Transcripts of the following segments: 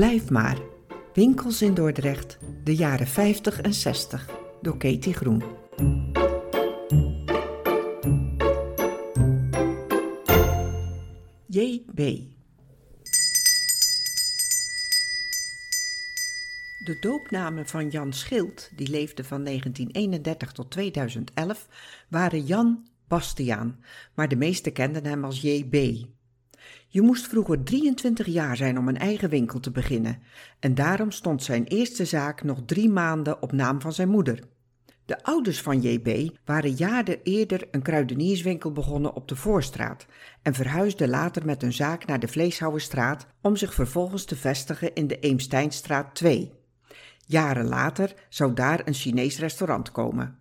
Blijf maar. Winkels in Dordrecht, de jaren 50 en 60, door Katie Groen. J.B. De doopnamen van Jan Schild, die leefde van 1931 tot 2011, waren Jan Bastiaan, maar de meesten kenden hem als J.B. Je moest vroeger 23 jaar zijn om een eigen winkel te beginnen en daarom stond zijn eerste zaak nog 3 maanden op naam van zijn moeder. De ouders van J.B. waren jaren eerder een kruidenierswinkel begonnen op de Voorstraat en verhuisden later met hun zaak naar de Vleeshouwerstraat om zich vervolgens te vestigen in de Eemsteinstraat 2. Jaren later zou daar een Chinees restaurant komen.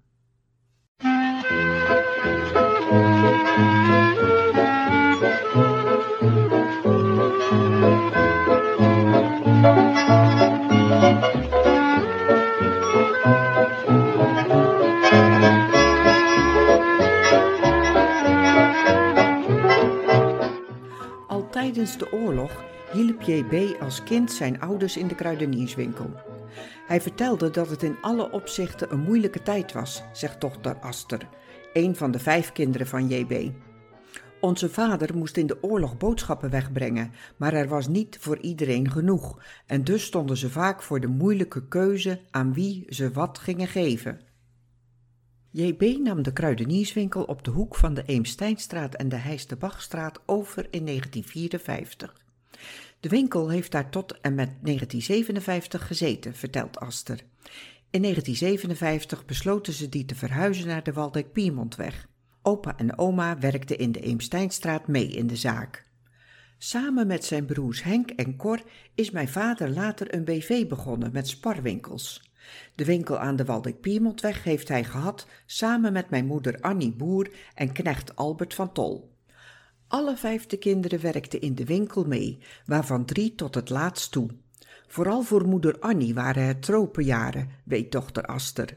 Al tijdens de oorlog hielp J.B. als kind zijn ouders in de kruidenierswinkel. Hij vertelde dat het in alle opzichten een moeilijke tijd was, zegt dochter Aster, een van de 5 kinderen van J.B. Onze vader moest in de oorlog boodschappen wegbrengen, maar er was niet voor iedereen genoeg en dus stonden ze vaak voor de moeilijke keuze aan wie ze wat gingen geven. J.B. nam de kruidenierswinkel op de hoek van de Eemsteinstraat en de Heisterbachstraat over in 1954. De winkel heeft daar tot en met 1957 gezeten, vertelt Aster. In 1957 besloten ze die te verhuizen naar de Waldeck-Piermontweg. Opa en oma werkten in de Eemsteinstraat mee in de zaak. Samen met zijn broers Henk en Cor is mijn vader later een BV begonnen met sparwinkels. De winkel aan de Waldeck-Piermontweg heeft hij gehad samen met mijn moeder Annie Boer en knecht Albert van Tol. Alle 5 kinderen werkten in de winkel mee, waarvan 3 tot het laatst toe. Vooral voor moeder Annie waren het tropenjaren, weet dochter Aster.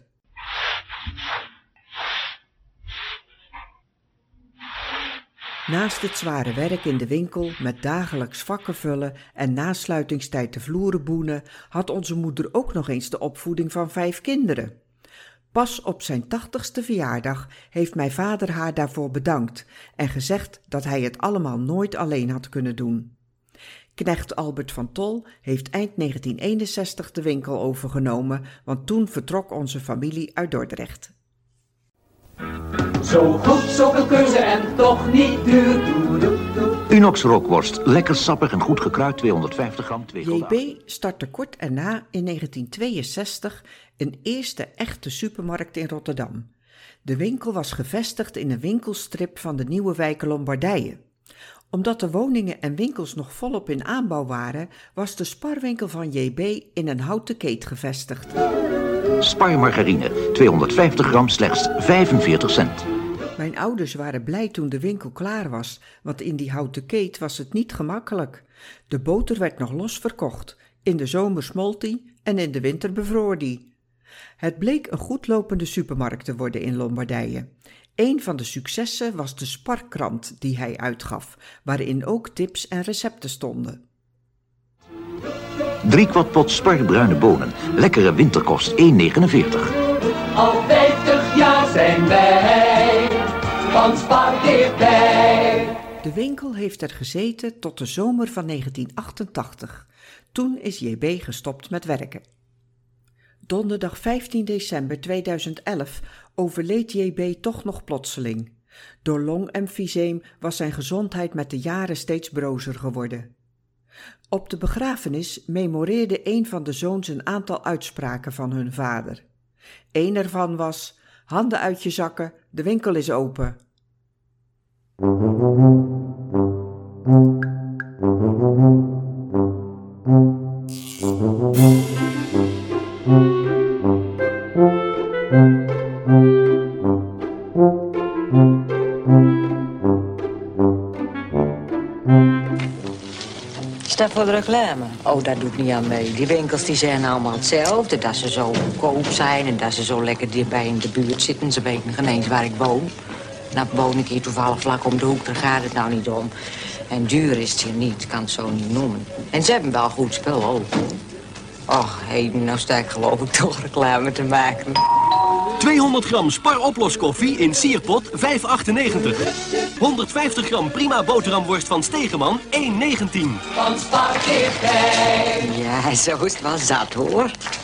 Naast het zware werk in de winkel met dagelijks vakken vullen en na sluitingstijd de vloeren boenen, had onze moeder ook nog eens de opvoeding van 5 kinderen. Pas op zijn 80ste verjaardag heeft mijn vader haar daarvoor bedankt en gezegd dat hij het allemaal nooit alleen had kunnen doen. Knecht Albert van Tol heeft eind 1961 de winkel overgenomen, want toen vertrok onze familie uit Dordrecht. Zo goed, zoveel keuze en toch niet duur. Unox rookworst, lekker sappig en goed gekruid, 250 gram, 2 gulden. J.B. startte kort erna in 1962 een eerste echte supermarkt in Rotterdam. De winkel was gevestigd in een winkelstrip van de nieuwe wijk Lombardije. Omdat de woningen en winkels nog volop in aanbouw waren, was de sparwinkel van J.B. in een houten keet gevestigd. Sparmargarine, 250 gram, slechts 45 cent. Mijn ouders waren blij toen de winkel klaar was, want in die houten keet was het niet gemakkelijk. De boter werd nog los verkocht, in de zomer smolt die en in de winter bevroor die. Het bleek een goedlopende supermarkt te worden in Lombardije. Een van de successen was de Sparkrant die hij uitgaf, waarin ook tips en recepten stonden. 3/4 pot sparbruine bonen, lekkere winterkost, 1,49. Al 50 jaar zijn wij van Spar dichtbij. De winkel heeft er gezeten tot de zomer van 1988. Toen is J.B. gestopt met werken. Donderdag 15 december 2011 overleed J.B. toch nog plotseling. Door longemfyseem was zijn gezondheid met de jaren steeds brozer geworden. Op de begrafenis memoreerde een van de zoons een aantal uitspraken van hun vader. Eén ervan was: handen uit je zakken, de winkel is open. Is dat voor de reclame? Oh, dat doet niet aan mee. Die winkels die zijn allemaal hetzelfde. Dat ze zo goedkoop zijn en dat ze zo lekker dichtbij in de buurt zitten. Ze weten geen eens waar ik woon. Nou woon ik hier toevallig vlak om de hoek, daar gaat het nou niet om. En duur is het hier niet, ik kan het zo niet noemen. En ze hebben wel goed spul ook. Och, nou sta ik geloof ik toch reclame te maken. 200 gram Spar oploskoffie in sierpot, 5,98. 150 gram prima boterhamworst van Stegeman, 1,19. Van Spar dichtbij. Ja, zo is het wel zat, hoor.